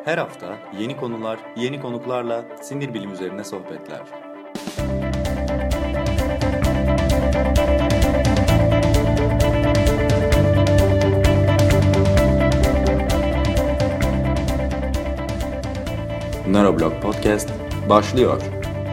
Her hafta yeni konular, yeni konuklarla sinir bilim üzerine sohbetler. Neuroblog Podcast başlıyor.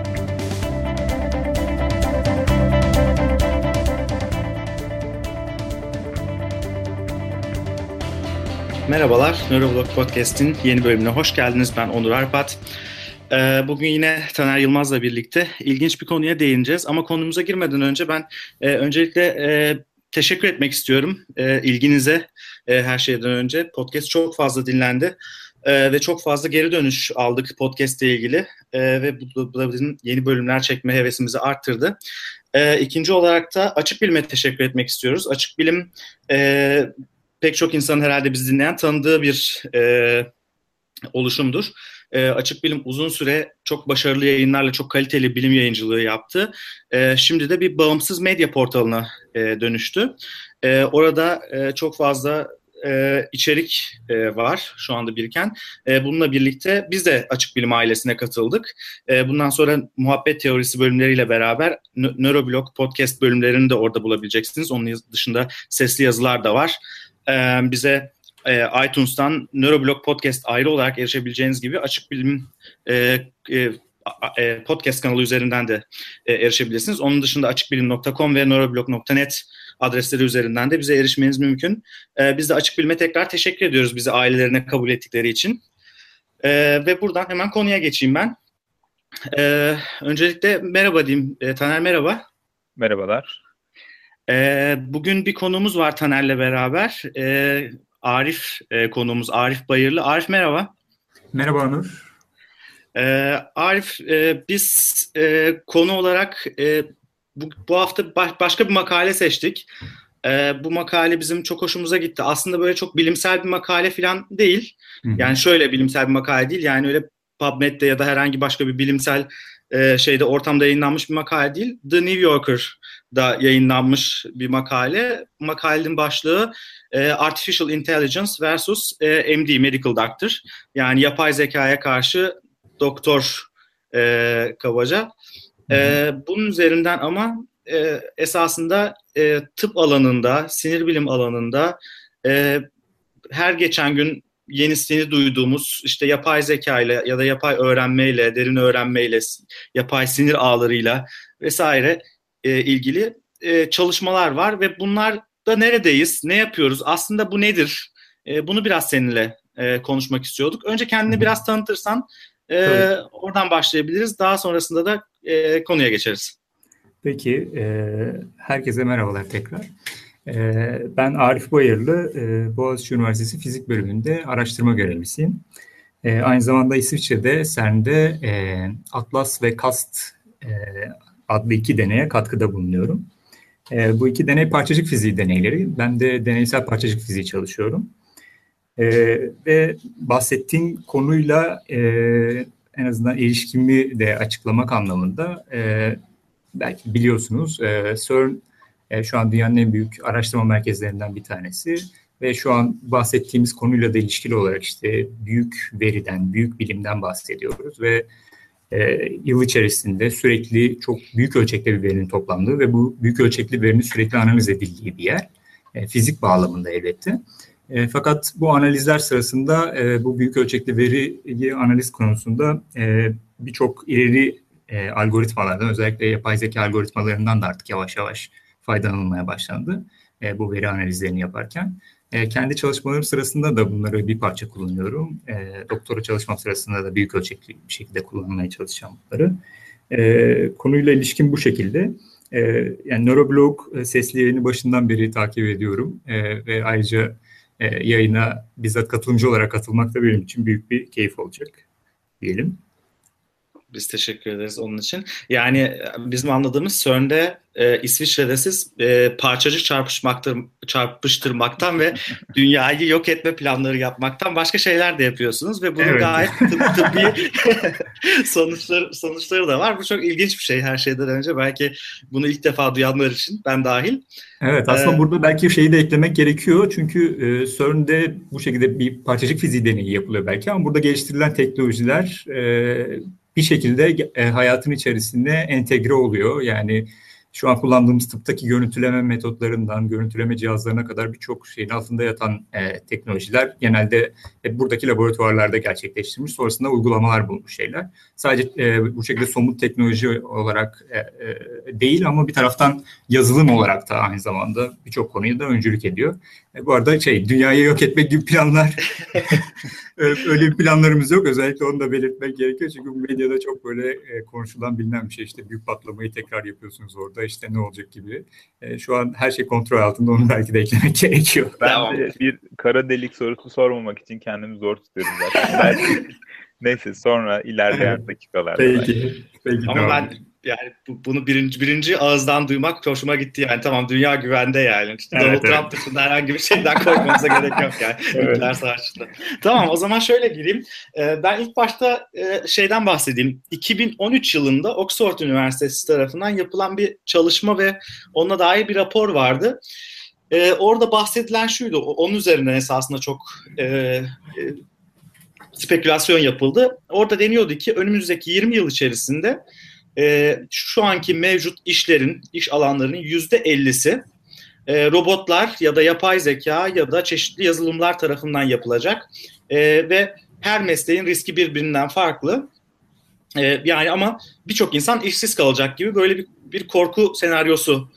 Merhabalar, Neuroblog Podcast'in yeni bölümüne hoş geldiniz. Ben Onur Arpat. Bugün yine Taner Yılmaz'la birlikte ilginç bir konuya değineceğiz. Ama konumuza girmeden önce ben öncelikle teşekkür etmek istiyorum ilginize her şeyden önce. Podcast çok fazla dinlendi ve çok fazla geri dönüş aldık podcast ile ilgili ve bu da bizim yeni bölümler çekme hevesimizi arttırdı. İkinci olarak da Açık Bilim'e teşekkür etmek istiyoruz. Açık Bilim pek çok insanın herhalde bizi dinleyen tanıdığı bir oluşumdur. Açık Bilim uzun süre çok başarılı yayınlarla çok kaliteli bilim yayıncılığı yaptı. Şimdi de bir bağımsız medya portalına dönüştü. Orada çok fazla içerik var şu anda biriken. Bununla birlikte biz de Açık Bilim ailesine katıldık. Bundan sonra muhabbet teorisi bölümleriyle beraber Neuroblog podcast bölümlerini de orada bulabileceksiniz. Onun dışında sesli yazılar da var. Bize iTunes'tan Neuroblog Podcast ayrı olarak erişebileceğiniz gibi Açık Bilim podcast kanalı üzerinden de erişebilirsiniz. Onun dışında açıkbilim.com ve neuroblog.net adresleri üzerinden de bize erişmeniz mümkün. Biz de Açık Bilim'e tekrar teşekkür ediyoruz bizi ailelerine kabul ettikleri için. Ve buradan hemen konuya geçeyim ben. Öncelikle merhaba diyeyim. Taner merhaba. Merhabalar. Bugün bir konumuz var Taner'le beraber. Arif konuğumuz Arif Bayırlı. Arif merhaba. Merhaba Onur. Arif biz konu olarak bu hafta başka bir makale seçtik. Bu makale bizim çok hoşumuza gitti. Aslında böyle çok bilimsel bir makale falan değil. Yani şöyle bilimsel bir makale değil. Yani öyle PubMed'de ya da herhangi başka bir bilimsel ortamda yayınlanmış bir makale değil. The New Yorker'da yayınlanmış bir makale. Makalenin başlığı Artificial Intelligence versus MD, Medical Doctor. Yani yapay zekaya karşı doktor kabaca. Bunun üzerinden ama esasında tıp alanında, sinir bilim alanında her geçen gün yenisini duyduğumuz işte yapay zekayla ya da yapay öğrenmeyle, derin öğrenmeyle, yapay sinir ağlarıyla vesaire ilgili çalışmalar var ve bunlar da neredeyiz, ne yapıyoruz, aslında bu nedir? Bunu biraz seninle konuşmak istiyorduk. Önce kendini biraz tanıtırsan oradan başlayabiliriz. Daha sonrasında da konuya geçeriz. Peki, herkese merhabalar tekrar. Ben Arif Bayırlı, Boğaziçi Üniversitesi Fizik Bölümünde araştırma görevlisiyim. Aynı zamanda İsviçre'de CERN'de Atlas ve CAST adlı iki deneye katkıda bulunuyorum. Bu iki deney parçacık fiziği deneyleri. Ben de deneysel parçacık fiziği çalışıyorum. Ve bahsettiğin konuyla en azından ilişkimi de açıklamak anlamında belki biliyorsunuz CERN şu an dünyanın en büyük araştırma merkezlerinden bir tanesi ve şu an bahsettiğimiz konuyla da ilişkili olarak işte büyük veriden, büyük bilimden bahsediyoruz ve yıl içerisinde sürekli çok büyük ölçekli bir verinin toplandığı ve bu büyük ölçekli verinin sürekli analiz edildiği bir yer. Fizik bağlamında elbette. Fakat bu analizler sırasında bu büyük ölçekli veri analiz konusunda birçok ileri algoritmalardan, özellikle yapay zeka algoritmalarından da artık yavaş yavaş faydalanılmaya başlandı bu veri analizlerini yaparken. Kendi çalışmalarım sırasında da bunları bir parça kullanıyorum. Doktora çalışmam sırasında da büyük ölçekli bir şekilde kullanmaya çalışacağım bunları. Konuyla ilişkin bu şekilde. Yani Neuroblog sesli yayını başından beri takip ediyorum ve ayrıca yayına bizzat katılımcı olarak katılmak da benim için büyük bir keyif olacak diyelim. Biz teşekkür ederiz onun için. Yani bizim anladığımız CERN'de İsviçre'de siz parçacık çarpıştırmaktan ve dünyayı yok etme planları yapmaktan başka şeyler de yapıyorsunuz ve bunun Evet. gayet tıbbi sonuçları da var. Bu çok ilginç bir şey her şeyden önce. Belki bunu ilk defa duyanlar için ben dahil. Evet, aslında burada belki şeyi de eklemek gerekiyor. Çünkü CERN'de bu şekilde bir parçacık fiziği deneyi yapılıyor belki ama burada geliştirilen teknolojiler bir şekilde hayatın içerisinde entegre oluyor. Yani şu an kullandığımız tıptaki görüntüleme metotlarından, görüntüleme cihazlarına kadar birçok şeyin altında yatan teknolojiler genelde buradaki laboratuvarlarda gerçekleştirilmiş, sonrasında uygulamalar bulmuş şeyler. Sadece bu şekilde somut teknoloji olarak değil ama bir taraftan yazılım olarak da aynı zamanda birçok konuyu da öncülük ediyor. Bu arada dünyayı yok etmek gibi planlar öyle bir planlarımız yok. Özellikle onu da belirtmek gerekiyor. Çünkü bu medyada çok böyle konuşulan bilinen bir şey. İşte büyük patlamayı tekrar yapıyorsunuz orada. İşte ne olacak gibi. Şu an her şey kontrol altında. Onu belki de eklemek gerekiyor. Ben de bir kara delik sorusu sormamak için kendimi zor tutuyorum zaten. Neyse sonra ilerleyen dakikalarda. Peki. Ama ben yani bunu birinci ağızdan duymak hoşuma gitti yani. Tamam, dünya güvende yani. İşte Donald Trump dışında herhangi bir şeyden korkmanıza gerek yok yani. Nükleer savaşında. Tamam, o zaman şöyle gireyim. Ben ilk başta şeyden bahsedeyim. 2013 yılında Oxford Üniversitesi tarafından yapılan bir çalışma ve ona dair bir rapor vardı. Orada bahsedilen şuydu. Onun üzerinden esasında çok spekülasyon yapıldı. Orada deniyordu ki önümüzdeki 20 yıl içerisinde şu anki mevcut iş alanlarının %50'si robotlar ya da yapay zeka ya da çeşitli yazılımlar tarafından yapılacak. Ve her mesleğin riski birbirinden farklı. Yani ama birçok insan işsiz kalacak gibi böyle bir korku senaryosu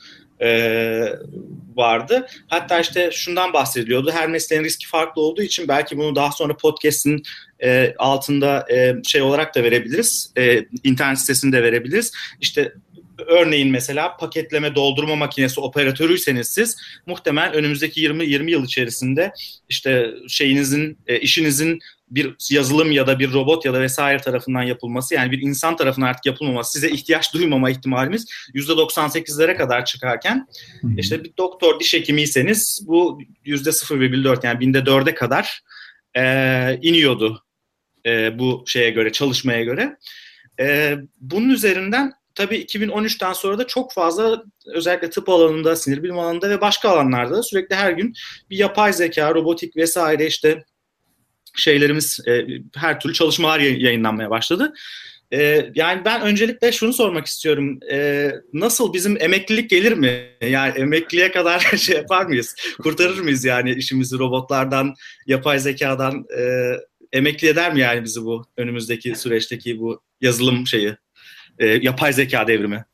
vardı. Hatta işte şundan bahsediliyordu. Her mesleğin riski farklı olduğu için belki bunu daha sonra podcast'in altında şey olarak da verebiliriz. İnternet sitesinde verebiliriz. İşte örneğin mesela paketleme doldurma makinesi operatörüyseniz siz muhtemelen önümüzdeki 20 yıl içerisinde işte işinizin bir yazılım ya da bir robot ya da vesaire tarafından yapılması, yani bir insan tarafından artık yapılmaması, size ihtiyaç duymama ihtimalimiz %98'lere kadar çıkarken işte bir doktor, diş hekimiyseniz bu %0,4 yani binde 4'e kadar iniyordu bu şeye göre, çalışmaya göre. Bunun üzerinden tabii 2013'ten sonra da çok fazla özellikle tıp alanında, sinir bilim alanında ve başka alanlarda da sürekli her gün bir yapay zeka, robotik vesaire işte şeylerimiz, her türlü çalışmalar yayınlanmaya başladı. Yani ben öncelikle şunu sormak istiyorum. Nasıl, bizim emeklilik gelir mi? Yani emekliliğe kadar şey yapar mıyız? Kurtarır mıyız yani işimizi robotlardan, yapay zekadan? Emekli eder mi yani bizi bu önümüzdeki süreçteki bu yazılım şeyi? Yapay zeka devrimi.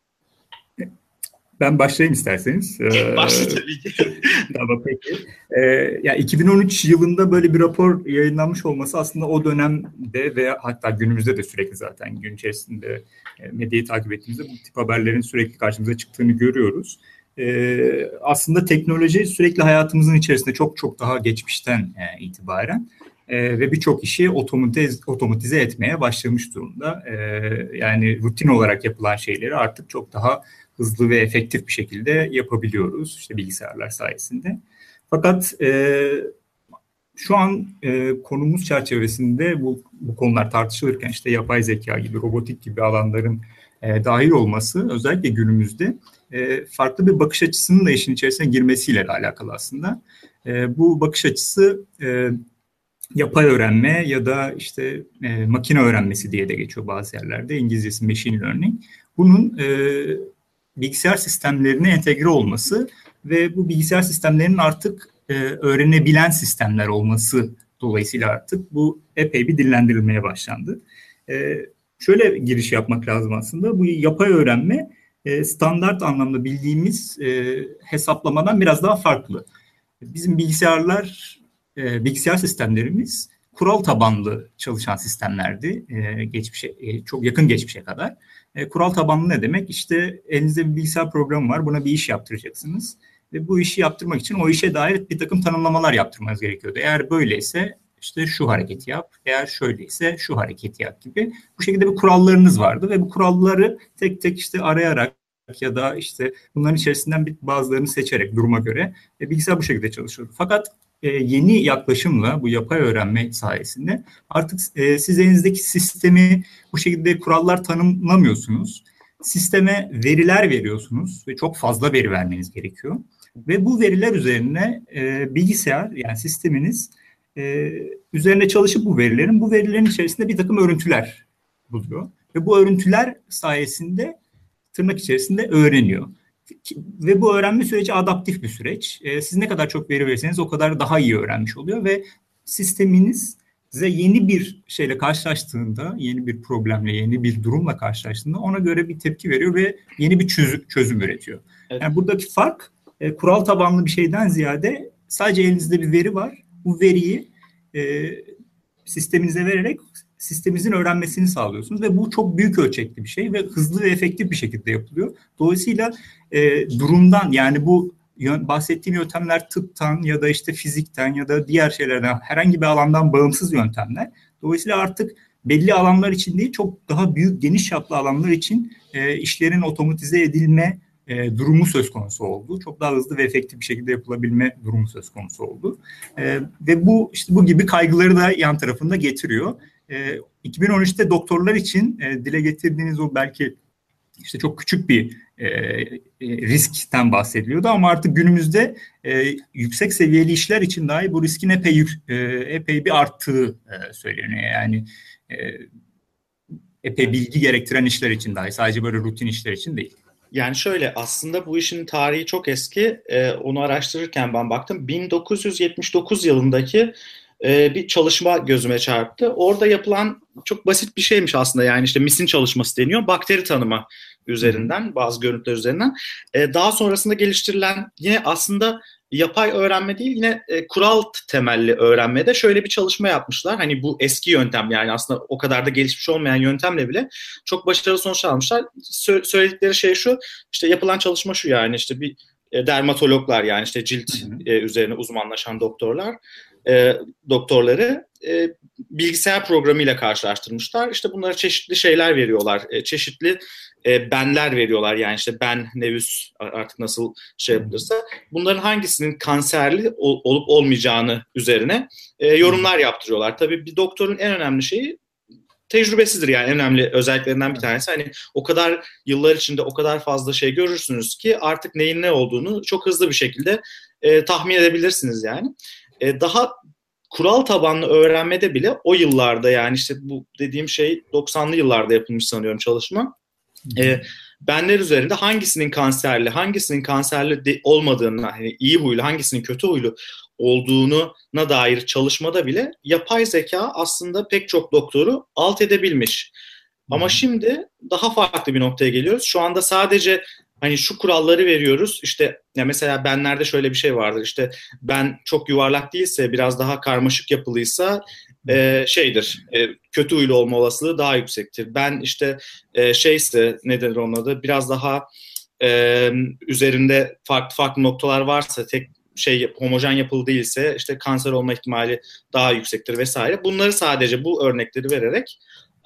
Ben başlayayım isterseniz. Başla tabii ki. Tamam, peki. Ya 2013 yılında böyle bir rapor yayınlanmış olması aslında o dönemde ve hatta günümüzde de sürekli zaten gün içerisinde medyayı takip ettiğimizde bu tip haberlerin sürekli karşımıza çıktığını görüyoruz. Aslında teknoloji sürekli hayatımızın içerisinde çok daha geçmişten itibaren ve birçok işi otomatize etmeye başlamış durumda. Yani rutin olarak yapılan şeyleri artık çok daha hızlı ve efektif bir şekilde yapabiliyoruz işte bilgisayarlar sayesinde. Fakat şu an konumuz çerçevesinde bu konular tartışılırken işte yapay zeka gibi, robotik gibi alanların dahil olması özellikle günümüzde farklı bir bakış açısının da işin içerisine girmesiyle de alakalı aslında. Bu bakış açısı yapay öğrenme ya da işte makine öğrenmesi diye de geçiyor bazı yerlerde. İngilizcesi machine learning. Bunun bilgisayar sistemlerine entegre olması ve bu bilgisayar sistemlerinin artık öğrenebilen sistemler olması dolayısıyla artık bu epey bir dillendirilmeye başlandı. Şöyle giriş yapmak lazım aslında. Bu yapay öğrenme standart anlamda bildiğimiz hesaplamadan biraz daha farklı. Bizim bilgisayar sistemlerimiz kural tabanlı çalışan sistemlerdi çok yakın geçmişe kadar. Kural tabanlı ne demek? İşte elinizde bir bilgisayar programı var, buna bir iş yaptıracaksınız ve bu işi yaptırmak için o işe dair bir takım tanımlamalar yaptırmanız gerekiyordu. Eğer böyleyse işte şu hareketi yap, eğer şöyleyse şu hareketi yap gibi bu şekilde bir kurallarınız vardı ve bu kuralları tek tek işte arayarak ya da işte bunların içerisinden bazılarını seçerek duruma göre bilgisayar bu şekilde çalışıyordu. Fakat yeni yaklaşımla bu yapay öğrenme sayesinde artık siz elinizdeki sistemi bu şekilde kurallar tanımlamıyorsunuz. Sisteme veriler veriyorsunuz ve çok fazla veri vermeniz gerekiyor. Ve bu veriler üzerine bilgisayar yani sisteminiz üzerine çalışıp bu verilerin içerisinde bir takım örüntüler buluyor. Ve bu örüntüler sayesinde tırnak içerisinde öğreniyor. Ve bu öğrenme süreci adaptif bir süreç. Siz ne kadar çok veri verirseniz o kadar daha iyi öğrenmiş oluyor ve sisteminiz size yeni bir şeyle karşılaştığında, yeni bir problemle, yeni bir durumla karşılaştığında ona göre bir tepki veriyor ve yeni bir çözüm üretiyor. Evet. Yani buradaki fark kural tabanlı bir şeyden ziyade sadece elinizde bir veri var. Bu veriyi sisteminize vererek sisteminizin öğrenmesini sağlıyorsunuz ve bu çok büyük ölçekli bir şey ve hızlı ve efektif bir şekilde yapılıyor. Dolayısıyla durumdan yani bu bahsettiğim yöntemler tıptan ya da işte fizikten ya da diğer şeylerden herhangi bir alandan bağımsız yöntemler. Dolayısıyla artık belli alanlar için değil çok daha büyük geniş çaplı alanlar için işlerin otomatize edilme durumu söz konusu oldu. Çok daha hızlı ve efektif bir şekilde yapılabilme durumu söz konusu oldu. Ve bu işte bu gibi kaygıları da yan tarafında getiriyor. 2013'te doktorlar için dile getirdiğiniz o belki işte çok küçük bir riskten bahsediliyordu ama artık günümüzde yüksek seviyeli işler için dahi bu riskin epey bir arttığı söyleniyor. Yani epey bilgi gerektiren işler için dahi sadece böyle rutin işler için değil. Yani şöyle aslında bu işin tarihi çok eski. Onu araştırırken ben baktım. 1979 yılındaki bir çalışma gözüme çarptı. Orada yapılan çok basit bir şeymiş aslında. Yani işte MIS'in çalışması deniyor. Bakteri tanıma üzerinden, bazı görüntüler üzerinden. Daha sonrasında geliştirilen yine aslında yapay öğrenme değil, yine kural temelli öğrenmede şöyle bir çalışma yapmışlar. Hani bu eski yöntem yani aslında o kadar da gelişmiş olmayan yöntemle bile çok başarılı sonuçlar almışlar. Söyledikleri şey şu, işte yapılan çalışma şu yani işte bir dermatologlar yani işte cilt üzerine uzmanlaşan doktorları bilgisayar programıyla karşılaştırmışlar. İşte bunlara çeşitli şeyler veriyorlar. Çeşitli benler veriyorlar. Yani işte ben, nevüs artık nasıl şey yapılırsa. Bunların hangisinin kanserli olup olmayacağını üzerine yorumlar yaptırıyorlar. Tabii bir doktorun en önemli şeyi tecrübesidir yani en önemli özelliklerinden bir tanesi. Hani o kadar yıllar içinde o kadar fazla şey görürsünüz ki artık neyin ne olduğunu çok hızlı bir şekilde tahmin edebilirsiniz yani. Daha kural tabanlı öğrenmede bile o yıllarda yani işte bu dediğim şey 90'lı yıllarda yapılmış sanıyorum çalışma. Benler üzerinde hangisinin kanserli olmadığını, hani iyi huylu, hangisinin kötü huylu olduğuna dair çalışmada bile yapay zeka aslında pek çok doktoru alt edebilmiş. Ama şimdi daha farklı bir noktaya geliyoruz. Şu anda sadece hani şu kuralları veriyoruz. İşte ya mesela benlerde şöyle bir şey vardır. İşte ben çok yuvarlak değilse, biraz daha karmaşık yapılıysa kötü huylu olma olasılığı daha yüksektir. Ben işte nedir onun adı? Biraz daha üzerinde farklı noktalar varsa, tek homojen yapılı değilse işte kanser olma ihtimali daha yüksektir vesaire. Bunları sadece bu örnekleri vererek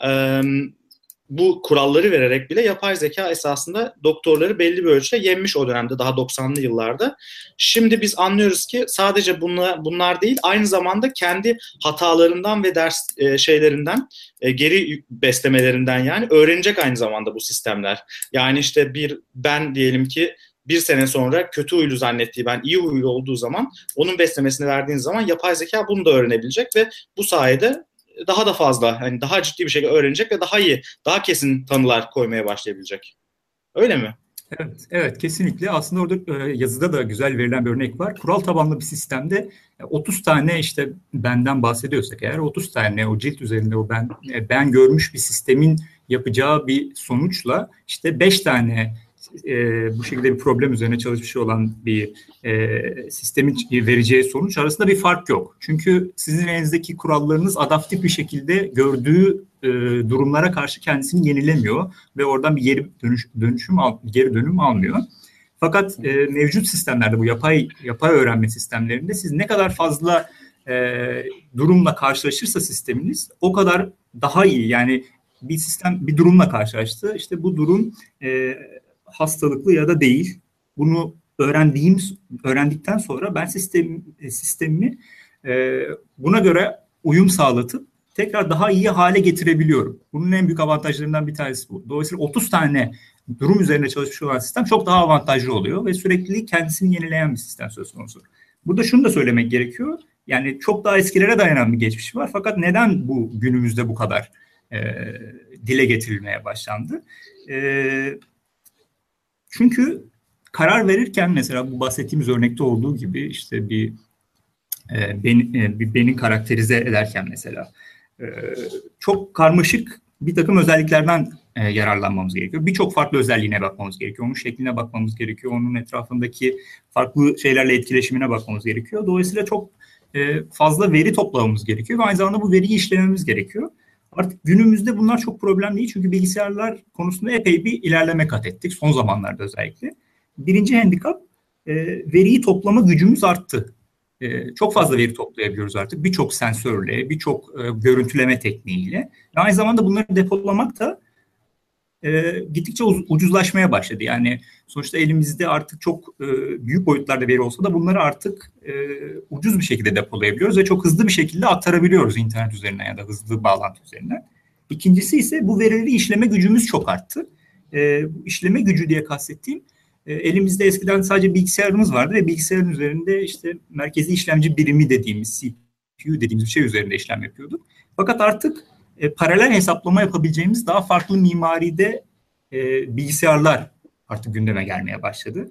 bu kuralları vererek bile yapay zeka esasında doktorları belli bir ölçüde yenmiş o dönemde, daha 90'lı yıllarda. Şimdi biz anlıyoruz ki sadece bunlar değil, aynı zamanda kendi hatalarından ve ders şeylerinden, geri beslemelerinden yani öğrenecek aynı zamanda bu sistemler. Yani işte ben diyelim ki bir sene sonra kötü huylu zannettiği ben iyi huylu olduğu zaman onun beslemesini verdiğiniz zaman yapay zeka bunu da öğrenebilecek ve bu sayede daha da fazla, hani daha ciddi bir şekilde öğrenecek ve daha iyi, daha kesin tanılar koymaya başlayabilecek. Öyle mi? Evet, kesinlikle. Aslında orada yazıda da güzel verilen bir örnek var. Kural tabanlı bir sistemde 30 tane işte benden bahsediyorsak eğer 30 tane o cilt üzerinde o ben görmüş bir sistemin yapacağı bir sonuçla işte 5 tane bu şekilde bir problem üzerine çalışmış olan bir sistemin vereceği sonuç arasında bir fark yok. Çünkü sizin elinizdeki kurallarınız adaptif bir şekilde gördüğü durumlara karşı kendisini yenilemiyor ve oradan bir geri dönüm almıyor. Fakat mevcut sistemlerde, bu yapay öğrenme sistemlerinde siz ne kadar fazla durumla karşılaşırsa sisteminiz o kadar daha iyi. Yani bir sistem bir durumla karşılaştı. İşte bu durum hastalıklı ya da değil. Bunu öğrendikten sonra ben sistemimi buna göre uyum sağlatıp tekrar daha iyi hale getirebiliyorum. Bunun en büyük avantajlarından bir tanesi bu. Dolayısıyla 30 tane durum üzerine çalışmış olan sistem çok daha avantajlı oluyor ve sürekli kendisini yenileyen bir sistem söz konusu. Burada şunu da söylemek gerekiyor. Yani çok daha eskilere dayanan bir geçmiş var. Fakat neden bu günümüzde bu kadar dile getirilmeye başlandı? Çünkü karar verirken mesela bu bahsettiğimiz örnekte olduğu gibi işte bir beni karakterize ederken mesela çok karmaşık bir takım özelliklerden yararlanmamız gerekiyor. Birçok farklı özelliğine bakmamız gerekiyor. Onun şekline bakmamız gerekiyor. Onun etrafındaki farklı şeylerle etkileşimine bakmamız gerekiyor. Dolayısıyla çok fazla veri toplamamız gerekiyor ve aynı zamanda bu veriyi işlememiz gerekiyor. Artık günümüzde bunlar çok problem değil. Çünkü bilgisayarlar konusunda epey bir ilerleme kat ettik. Son zamanlarda özellikle. Birinci handikap veriyi toplama gücümüz arttı. Çok fazla veri toplayabiliyoruz artık. Birçok sensörle, birçok görüntüleme tekniğiyle. Ve aynı zamanda bunları depolamak da gittikçe ucuzlaşmaya başladı. Yani sonuçta elimizde artık çok büyük boyutlarda veri olsa da bunları artık ucuz bir şekilde depolayabiliyoruz ve çok hızlı bir şekilde aktarabiliyoruz internet üzerinden ya da hızlı bağlantı üzerinden. İkincisi ise bu verileri işleme gücümüz çok arttı. İşleme gücü diye kastettiğim elimizde eskiden sadece bilgisayarımız vardı ve bilgisayarın üzerinde işte merkezi işlemci birimi dediğimiz CPU dediğimiz bir şey üzerinde işlem yapıyorduk. Fakat artık paralel hesaplama yapabileceğimiz daha farklı mimaride bilgisayarlar artık gündeme gelmeye başladı.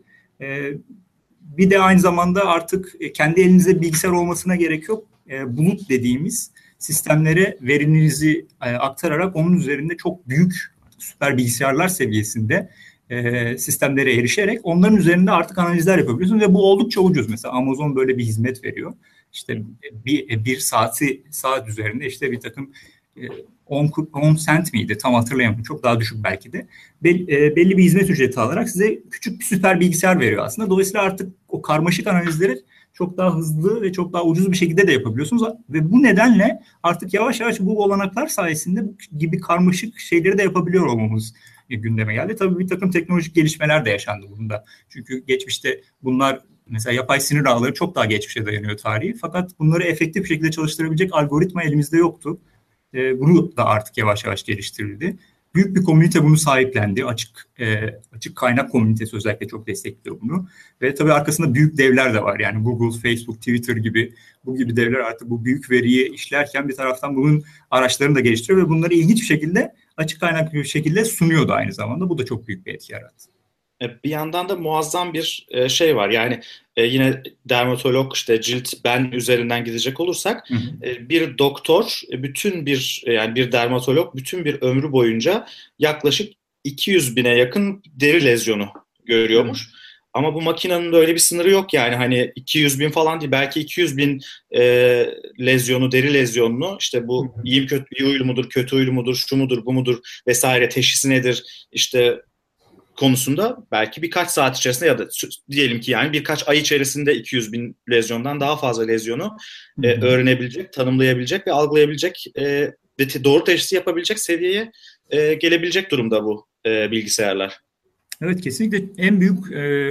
Bir de aynı zamanda artık kendi elinizde bilgisayar olmasına gerek yok. Bulut dediğimiz sistemlere verinizi aktararak onun üzerinde çok büyük süper bilgisayarlar seviyesinde sistemlere erişerek onların üzerinde artık analizler yapabiliyorsunuz ve bu oldukça ucuz. Mesela Amazon böyle bir hizmet veriyor. İşte bir saat üzerinde işte bir takım 10 cent miydi? Tam hatırlayamıyorum. Çok daha düşük belki de. Belli bir hizmet ücreti alarak size küçük bir süper bilgisayar veriyor aslında. Dolayısıyla artık o karmaşık analizleri çok daha hızlı ve çok daha ucuz bir şekilde de yapabiliyorsunuz. Ve bu nedenle artık yavaş yavaş bu olanaklar sayesinde bu gibi karmaşık şeyleri de yapabiliyor olmamız gündeme geldi. Tabii bir takım teknolojik gelişmeler de yaşandı bunda. Çünkü geçmişte bunlar mesela yapay sinir ağları çok daha geçmişe dayanıyor tarihi. Fakat bunları efektif bir şekilde çalıştırabilecek algoritma elimizde yoktu. Bunu da artık yavaş yavaş geliştirildi. Büyük bir komünite bunu sahiplendi. Açık kaynak komünitesi özellikle çok destekliyor bunu. Ve tabii arkasında büyük devler de var. Yani Google, Facebook, Twitter gibi bu gibi devler artık bu büyük veriyi işlerken bir taraftan bunun araçlarını da geliştiriyor ve bunları ilginç bir şekilde açık kaynak bir şekilde sunuyordu aynı zamanda. Bu da çok büyük bir etki yarattı. Bir yandan da muazzam bir şey var. Yani yine dermatolog işte cilt ben üzerinden gidecek olursak bir doktor yani bir dermatolog bütün bir ömrü boyunca yaklaşık 200 bine yakın deri lezyonu görüyormuş. Ama bu makinenin de öyle bir sınırı yok yani hani 200 bin falan değil belki 200 bin lezyonu, deri lezyonunu işte bu iyi huylu mudur, kötü huylu mudur, şu mudur, bu mudur vesaire teşhisi nedir işte konusunda belki birkaç saat içerisinde ya da diyelim ki yani birkaç ay içerisinde 200 bin lezyondan daha fazla lezyonu öğrenebilecek, tanımlayabilecek ve algılayabilecek, doğru teşhisi yapabilecek seviyeye gelebilecek durumda bu bilgisayarlar. Evet kesinlikle en büyük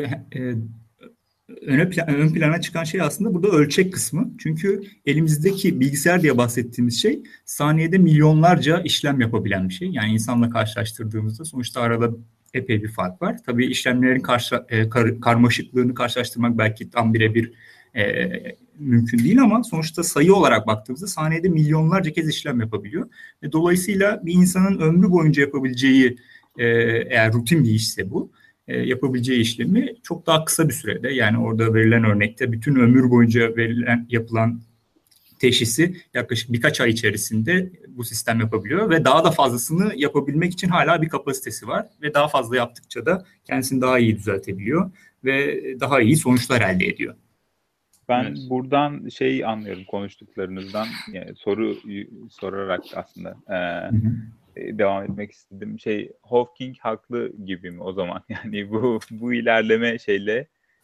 ön plana çıkan şey aslında burada ölçek kısmı. Çünkü elimizdeki bilgisayar diye bahsettiğimiz şey saniyede milyonlarca işlem yapabilen bir şey. Yani insanla karşılaştırdığımızda sonuçta arada epey bir fark var. Tabii işlemlerin karmaşıklığını karşılaştırmak belki tam birebir mümkün değil ama sonuçta sayı olarak baktığımızda saniyede milyonlarca kez işlem yapabiliyor. Dolayısıyla bir insanın ömrü boyunca yapabileceği eğer rutin bir işse bu yapabileceği işlemi çok daha kısa bir sürede yani orada verilen örnekte bütün ömür boyunca yapılan teşhisi yaklaşık birkaç ay içerisinde bu sistem yapabiliyor ve daha da fazlasını yapabilmek için hala bir kapasitesi var ve daha fazla yaptıkça da kendisini daha iyi düzeltebiliyor ve daha iyi sonuçlar elde ediyor. Ben buradan anlıyorum konuştuklarınızdan yani soru sorarak aslında devam etmek istedim. Hawking haklı gibi mi o zaman? Yani bu ilerleme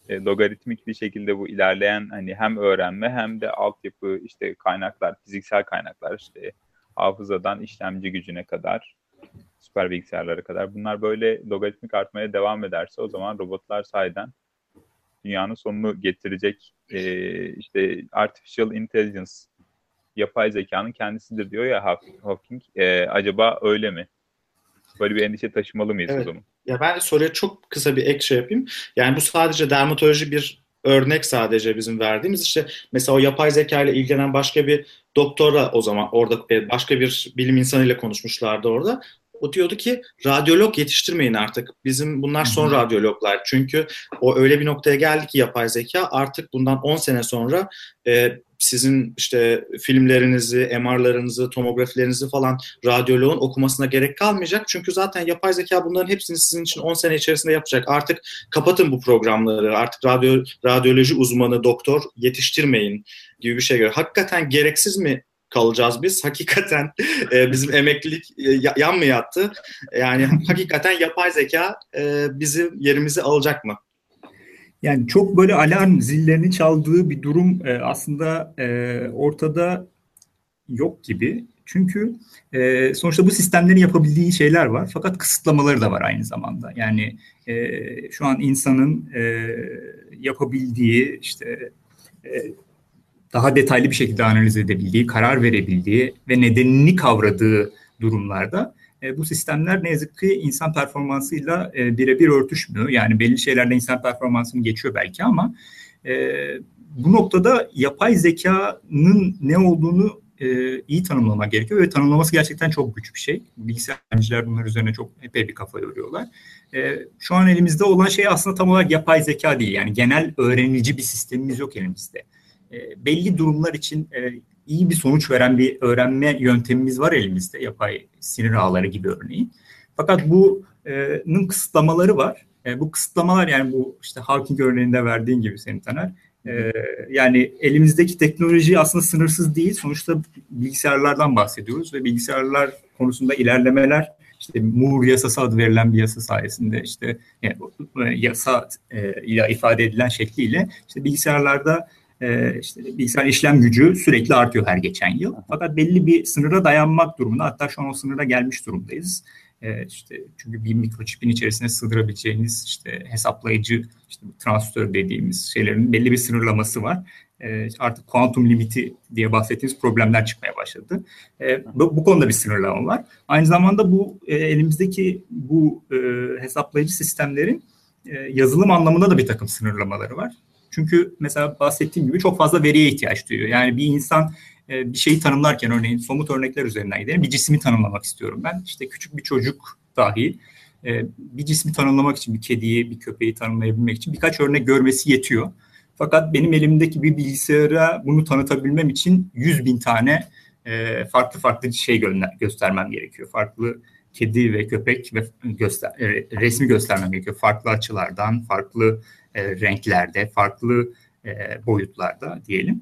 logaritmik bir şekilde bu ilerleyen hani hem öğrenme hem de altyapı işte kaynaklar, fiziksel kaynaklar işte hafızadan işlemci gücüne kadar, süper bilgisayarlara kadar bunlar böyle logaritmik artmaya devam ederse o zaman robotlar sahiden dünyanın sonunu getirecek işte artificial intelligence, yapay zekanın kendisidir diyor ya Hawking. Acaba öyle mi? Böyle bir endişe taşımalı mıyız o Evet. zaman? Ya ben soruya çok kısa bir ek şey yapayım. Yani bu sadece dermatoloji bir örnek, sadece bizim verdiğimiz. İşte mesela o yapay zeka ile ilgilenen başka bir doktora, o zaman orada başka bir bilim insanıyla konuşmuşlardı orada. O diyordu ki radyolog yetiştirmeyin artık. Bizim bunlar son radyologlar. Çünkü o öyle bir noktaya geldi ki yapay zeka artık bundan 10 sene sonra sizin işte filmlerinizi, MR'larınızı, tomografilerinizi falan radyoloğun okumasına gerek kalmayacak. Çünkü zaten yapay zeka bunların hepsini sizin için 10 sene içerisinde yapacak. Artık kapatın bu programları. Artık radyoloji uzmanı, doktor yetiştirmeyin gibi bir şey. Hakikaten gereksiz mi kalacağız biz? Hakikaten bizim emeklilik yan mı yattı? Yani hakikaten yapay zeka bizim yerimizi alacak mı? Yani çok böyle alarm zillerinin çaldığı bir durum aslında ortada yok gibi. Çünkü sonuçta bu sistemlerin yapabildiği şeyler var. Fakat kısıtlamaları da var aynı zamanda. Yani şu an insanın yapabildiği işte daha detaylı bir şekilde analiz edebildiği, karar verebildiği ve nedenini kavradığı durumlarda bu sistemler ne yazık ki insan performansıyla birebir örtüşmüyor. Yani belli şeylerle insan performansını geçiyor belki ama bu noktada yapay zekanın ne olduğunu iyi tanımlamak gerekiyor ve tanımlaması gerçekten çok güç bir şey. Bilgisayarcılar bunlar üzerine çok epey bir kafa yoruyorlar. Şu an elimizde olan şey aslında tam olarak yapay zeka değil. Yani genel öğrenici bir sistemimiz yok elimizde. Belli durumlar için iyi bir sonuç veren bir öğrenme yöntemimiz var elimizde. Yapay sinir ağları gibi örneğin. Fakat bunun kısıtlamaları var. Bu kısıtlamalar, yani bu işte Hawking örneğinde verdiğin gibi senin Taner. Yani elimizdeki teknoloji aslında sınırsız değil. Sonuçta bilgisayarlardan bahsediyoruz ve bilgisayarlar konusunda ilerlemeler, işte Moore yasası adı verilen bir yasa sayesinde, işte yasa ile ifade edilen şekliyle işte bilgisayarlarda işte bilgisayar işlem gücü sürekli artıyor her geçen yıl. Fakat belli bir sınıra dayanmak durumunda, hatta şu an o sınıra gelmiş durumdayız. İşte çünkü bir mikroçipin içerisine sığdırabileceğiniz işte hesaplayıcı, işte transistör dediğimiz şeylerin belli bir sınırlaması var. Artık kuantum limiti diye bahsettiğimiz problemler çıkmaya başladı. Bu konuda bir sınırlama var. Aynı zamanda bu elimizdeki bu hesaplayıcı sistemlerin yazılım anlamında da bir takım sınırlamaları var. Çünkü mesela bahsettiğim gibi çok fazla veriye ihtiyaç duyuyor. Yani bir insan bir şeyi tanımlarken, örneğin somut örnekler üzerinden gidelim. Bir cismi tanımlamak istiyorum ben. İşte küçük bir çocuk dahi bir cismi tanımlamak için, bir kediyi, bir köpeği tanımlayabilmek için birkaç örnek görmesi yetiyor. Fakat benim elimdeki bir bilgisayara bunu tanıtabilmem için 100.000 tane farklı farklı şey göstermem gerekiyor. Farklı kedi ve köpek ve resmi göstermem gerekiyor. Farklı açılardan, farklı renklerde, farklı boyutlarda diyelim.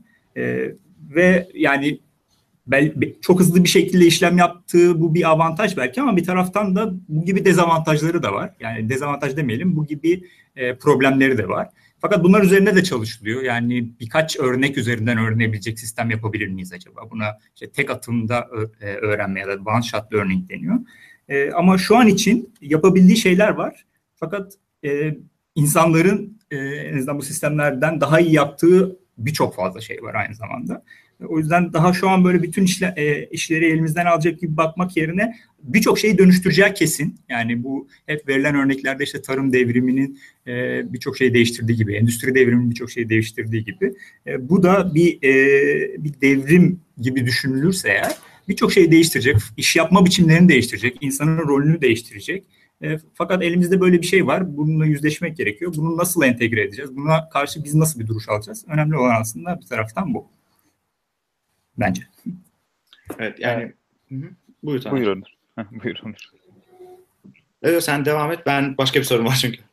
Ve yani çok hızlı bir şekilde işlem yaptığı bu bir avantaj belki, ama bir taraftan da bu gibi dezavantajları da var. Yani dezavantaj demeyelim, bu gibi problemleri de var. Fakat bunlar üzerine de çalışılıyor. Yani birkaç örnek üzerinden öğrenebilecek sistem yapabilir miyiz acaba? Buna işte tek atımda öğrenme ya da one shot learning deniyor. Ama şu an için yapabildiği şeyler var. Fakat insanların en azından bu sistemlerden daha iyi yaptığı birçok fazla şey var aynı zamanda. O yüzden daha şu an böyle bütün işleri elimizden alacak gibi bakmak yerine birçok şeyi dönüştüreceği kesin. Yani bu hep verilen örneklerde işte tarım devriminin birçok şeyi değiştirdiği gibi, endüstri devriminin birçok şeyi değiştirdiği gibi. Bu da bir devrim gibi düşünülürse eğer birçok şeyi değiştirecek, iş yapma biçimlerini değiştirecek, insanın rolünü değiştirecek. Fakat elimizde böyle bir şey var. Bununla yüzleşmek gerekiyor. Bunu nasıl entegre edeceğiz? Buna karşı biz nasıl bir duruş alacağız? Önemli olan aslında bir taraftan bu. Bence. Evet, yani buyur Taner. Buyur Onur. Buyur Onur. Evet, sen devam et. Ben başka bir sorum var çünkü.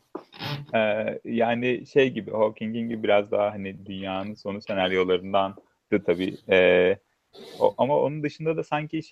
Yani şey gibi, Hawking'in gibi biraz daha hani dünyanın sonu senaryolarındandı tabii. Ama onun dışında da sanki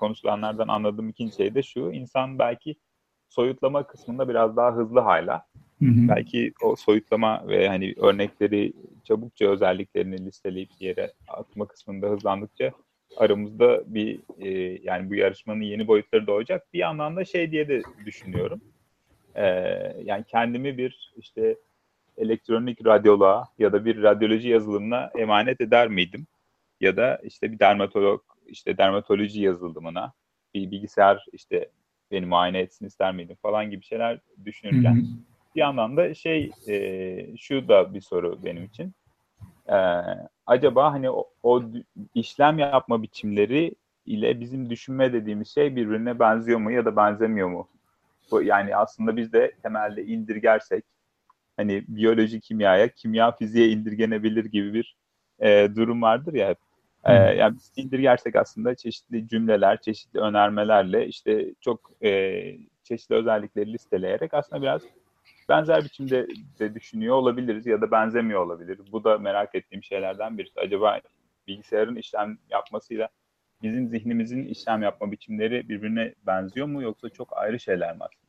konuşulanlardan anladığım ikinci şey de şu: insan belki soyutlama kısmında biraz daha hızlı hala. Belki o soyutlama ve hani örnekleri çabukça özelliklerini listeleyip yere atma kısmında hızlandıkça aramızda bir yani bu yarışmanın yeni boyutları doğacak. Bir yandan da şey diye de düşünüyorum. Yani kendimi bir işte elektronik radyoloğa ya da bir radyoloji yazılımına emanet eder miydim? Ya da işte bir dermatoloji yazılımına bir bilgisayar işte beni muayene etsin ister miydim falan gibi şeyler düşünürken bir yandan da şu da bir soru benim için. Acaba hani o işlem yapma biçimleri ile bizim düşünme dediğimiz şey birbirine benziyor mu ya da benzemiyor mu? Yani aslında biz de temelde indirgersek hani biyoloji kimyaya, kimya fiziğe indirgenebilir gibi bir durum vardır ya hep. Yani biz indirgersek aslında çeşitli cümleler, çeşitli önermelerle işte çok çeşitli özellikleri listeleyerek aslında biraz benzer biçimde de düşünüyor olabiliriz ya da benzemiyor olabilir. Bu da merak ettiğim şeylerden birisi. Acaba bilgisayarın işlem yapmasıyla bizim zihnimizin işlem yapma biçimleri birbirine benziyor mu yoksa çok ayrı şeyler mi aslında?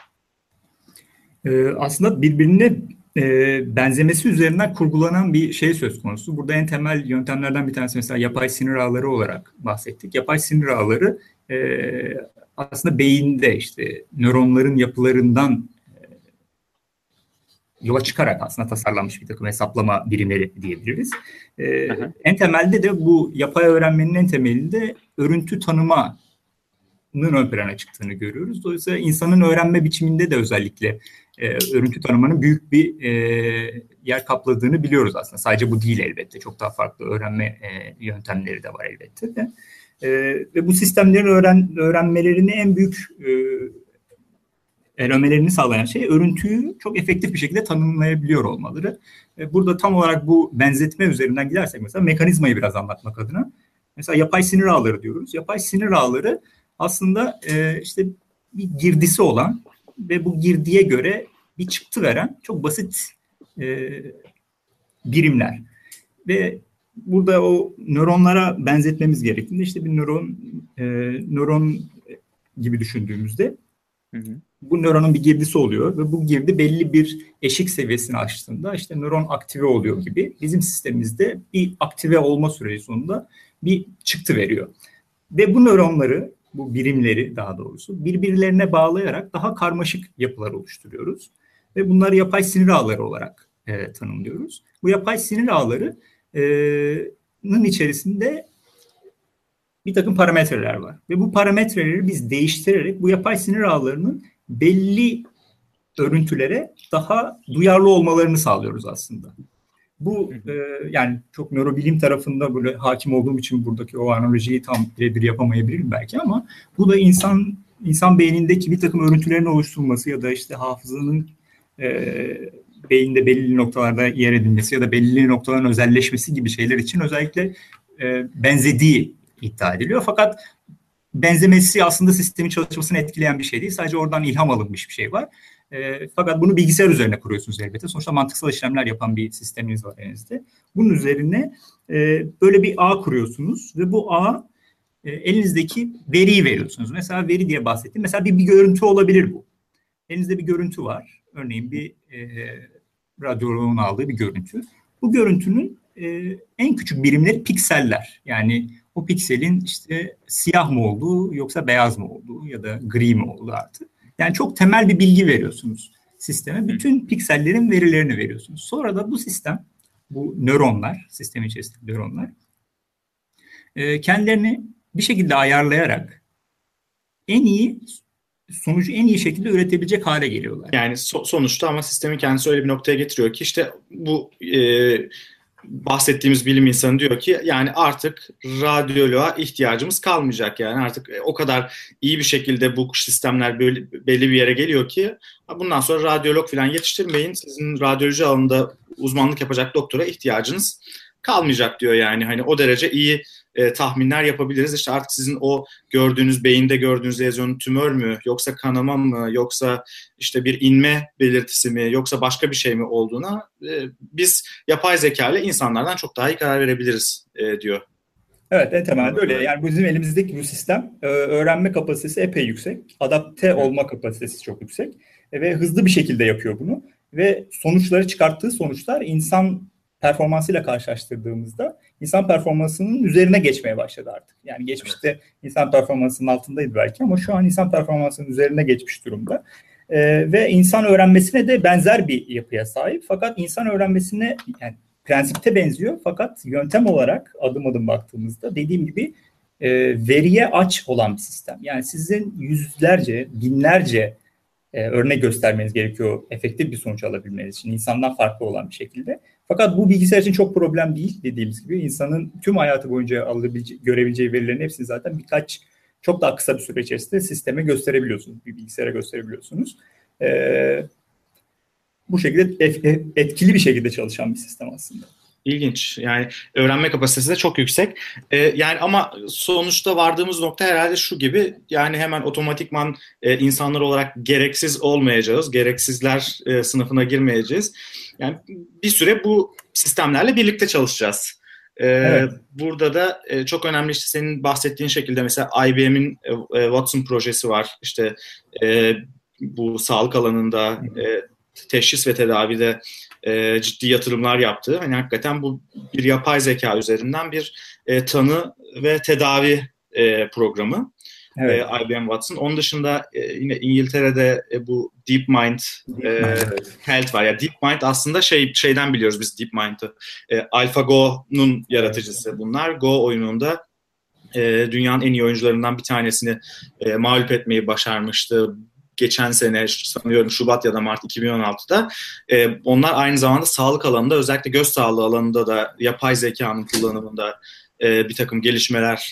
Aslında birbirine benzemesi üzerinden kurgulanan bir şey söz konusu. Burada en temel yöntemlerden bir tanesi mesela yapay sinir ağları olarak bahsettik. Yapay sinir ağları aslında beyinde işte nöronların yapılarından yola çıkarak aslında tasarlanmış bir takım hesaplama birimleri diyebiliriz. En temelde de bu yapay öğrenmenin en temelinde örüntü tanıma ön plana çıktığını görüyoruz. Dolayısıyla insanın öğrenme biçiminde de özellikle örüntü tanımanın büyük bir yer kapladığını biliyoruz aslında. Sadece bu değil elbette. Çok daha farklı öğrenme yöntemleri de var elbette de. Ve bu sistemlerin öğrenmelerini en büyük öğrenmelerini sağlayan şey örüntüyü çok efektif bir şekilde tanımlayabiliyor olmaları. Burada tam olarak bu benzetme üzerinden gidersek mesela mekanizmayı biraz anlatmak adına. Mesela yapay sinir ağları diyoruz. Yapay sinir ağları aslında işte bir girdisi olan ve bu girdiye göre bir çıktı veren çok basit birimler. Ve burada o nöronlara benzetmemiz gerektiğinde işte bir nöron gibi düşündüğümüzde bu nöronun bir girdisi oluyor ve bu girdi belli bir eşik seviyesini aştığında işte nöron aktive oluyor gibi bizim sistemimizde bir aktive olma süreci sonunda bir çıktı veriyor. Ve bu nöronları, bu birimleri daha doğrusu birbirlerine bağlayarak daha karmaşık yapılar oluşturuyoruz. Ve bunları yapay sinir ağları olarak tanımlıyoruz. Bu yapay sinir ağlarının içerisinde bir takım parametreler var. Ve bu parametreleri biz değiştirerek bu yapay sinir ağlarının belli örüntülere daha duyarlı olmalarını sağlıyoruz aslında. Bu yani çok nörobilim tarafında böyle hakim olduğum için buradaki o analojiyi tam birebir yapamayabilirim belki ama bu da insan beynindeki bir takım örüntülerin oluşturulması ya da işte hafızanın beyinde belli noktalarda yer edilmesi ya da belli noktaların özelleşmesi gibi şeyler için özellikle benzediği iddia ediliyor. Fakat benzemesi aslında sistemin çalışmasını etkileyen bir şey değil. Sadece oradan ilham alınmış bir şey var. Fakat bunu bilgisayar üzerine kuruyorsunuz elbette. Sonuçta mantıksal işlemler yapan bir sisteminiz var elinizde. Bunun üzerine böyle bir ağ kuruyorsunuz ve bu ağ elinizdeki veriyi veriyorsunuz. Mesela veri diye bahsettim. Mesela bir görüntü olabilir bu. Elinizde bir görüntü var. Örneğin bir radyoloğun aldığı bir görüntü. Bu görüntünün en küçük birimleri pikseller. Yani o pikselin işte siyah mı olduğu yoksa beyaz mı olduğu ya da gri mi olduğu artık. Yani çok temel bir bilgi veriyorsunuz sisteme. Bütün piksellerin verilerini veriyorsunuz. Sonra da bu sistem, bu nöronlar, sistemin içerisindeki nöronlar kendilerini bir şekilde ayarlayarak sonucu en iyi şekilde üretebilecek hale geliyorlar. Yani sonuçta ama sistemin kendisi öyle bir noktaya getiriyor ki işte bu bahsettiğimiz bilim insanı diyor ki yani artık radyoloğa ihtiyacımız kalmayacak, yani artık o kadar iyi bir şekilde bu sistemler belli bir yere geliyor ki bundan sonra radyolog falan yetiştirmeyin, sizin radyoloji alanında uzmanlık yapacak doktora ihtiyacınız kalmayacak diyor. Yani hani o derece iyi tahminler yapabiliriz. İşte artık sizin o beyinde gördüğünüz lezyonun tümör mü yoksa kanama mı yoksa işte bir inme belirtisi mi yoksa başka bir şey mi olduğuna biz yapay zeka ile insanlardan çok daha iyi karar verebiliriz diyor. Evet, en temelde öyle. Yani bizim elimizdeki bu sistem öğrenme kapasitesi epey yüksek. Adapte olma kapasitesi çok yüksek. ve hızlı bir şekilde yapıyor bunu. Ve çıkarttığı sonuçlar insan performansıyla karşılaştırdığımızda insan performansının üzerine geçmeye başladı artık. Yani geçmişte insan performansının altındaydı belki ama şu an insan performansının üzerine geçmiş durumda. Ve insan öğrenmesine de benzer bir yapıya sahip. Fakat insan öğrenmesine yani prensipte benziyor fakat yöntem olarak adım adım baktığımızda dediğim gibi veriye aç olan bir sistem. Yani sizin yüzlerce, binlerce örnek göstermeniz gerekiyor efektif bir sonuç alabilmeniz için. İnsandan farklı olan bir şekilde. Fakat bu bilgisayar için çok problem değil dediğimiz gibi. İnsanın tüm hayatı boyunca görebileceği verilerin hepsini zaten çok daha kısa bir süre içerisinde sisteme gösterebiliyorsunuz. Bir bilgisayara gösterebiliyorsunuz. Bu şekilde etkili bir şekilde çalışan bir sistem aslında. İlginç. Yani öğrenme kapasitesi de çok yüksek. Yani ama sonuçta vardığımız nokta herhalde şu gibi. Yani hemen otomatikman insanlar olarak gereksiz olmayacağız. Gereksizler sınıfına girmeyeceğiz. Yani bir süre bu sistemlerle birlikte çalışacağız. Evet. Burada da çok önemli işte senin bahsettiğin şekilde mesela IBM'in Watson projesi var. İşte bu sağlık alanında teşhis ve tedavide ciddi yatırımlar yaptığı, hani hakikaten bu bir yapay zeka üzerinden bir tanı ve tedavi programı. Evet. IBM Watson. Onun dışında yine İngiltere'de bu DeepMind Health var. Yani DeepMind aslında şeyden biliyoruz biz DeepMind'ı. AlphaGo'nun yaratıcısı bunlar. Go oyununda dünyanın en iyi oyuncularından bir tanesini mağlup etmeyi başarmıştı. Geçen sene sanıyorum Şubat ya da Mart 2016'da onlar aynı zamanda sağlık alanında özellikle göz sağlığı alanında da yapay zekanın kullanımında bir takım gelişmeler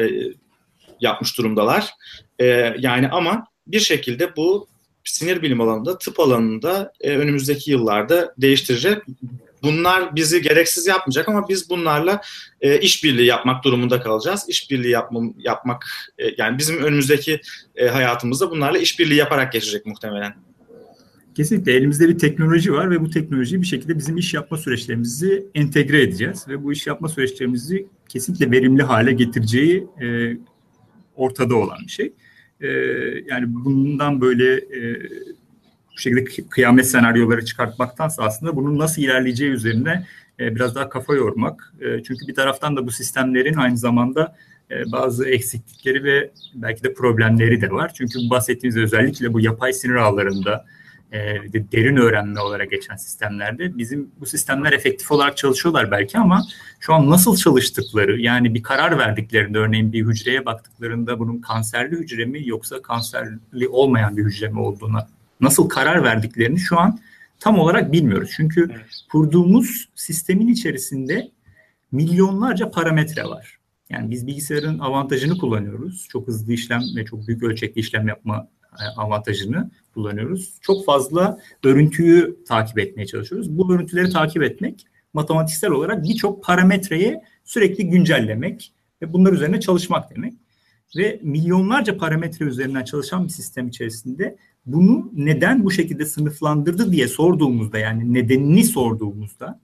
yapmış durumdalar. Yani ama bir şekilde bu sinir bilim alanında, tıp alanında önümüzdeki yıllarda değiştirecek. Bunlar bizi gereksiz yapmayacak ama biz bunlarla işbirliği yapmak durumunda kalacağız. İşbirliği yapmak yani bizim önümüzdeki hayatımızda bunlarla işbirliği yaparak geçecek muhtemelen. Kesinlikle elimizde bir teknoloji var ve bu teknolojiyi bir şekilde bizim iş yapma süreçlerimizi entegre edeceğiz ve bu iş yapma süreçlerimizi kesinlikle verimli hale getireceği ortada olan bir şey. Yani bundan böyle bu şekilde kıyamet senaryoları çıkartmaktansa aslında bunun nasıl ilerleyeceği üzerine biraz daha kafa yormak. Çünkü bir taraftan da bu sistemlerin aynı zamanda bazı eksiklikleri ve belki de problemleri de var. Çünkü bahsettiğimiz özellikle bu yapay sinir ağlarında derin öğrenme olarak geçen sistemlerde bizim bu sistemler efektif olarak çalışıyorlar belki ama şu an nasıl çalıştıkları yani bir karar verdiklerinde örneğin bir hücreye baktıklarında bunun kanserli hücre mi yoksa kanserli olmayan bir hücre mi olduğuna nasıl karar verdiklerini şu an tam olarak bilmiyoruz. Çünkü kurduğumuz sistemin içerisinde milyonlarca parametre var. Yani biz bilgisayarın avantajını kullanıyoruz. Çok hızlı işlem ve çok büyük ölçekli işlem yapma avantajını kullanıyoruz. Çok fazla örüntüyü takip etmeye çalışıyoruz. Bu örüntüleri takip etmek matematiksel olarak birçok parametreye sürekli güncellemek ve bunlar üzerine çalışmak demek. Ve milyonlarca parametre üzerinden çalışan bir sistem içerisinde bunu neden bu şekilde sınıflandırdı diye sorduğumuzda yani nedenini sorduğumuzda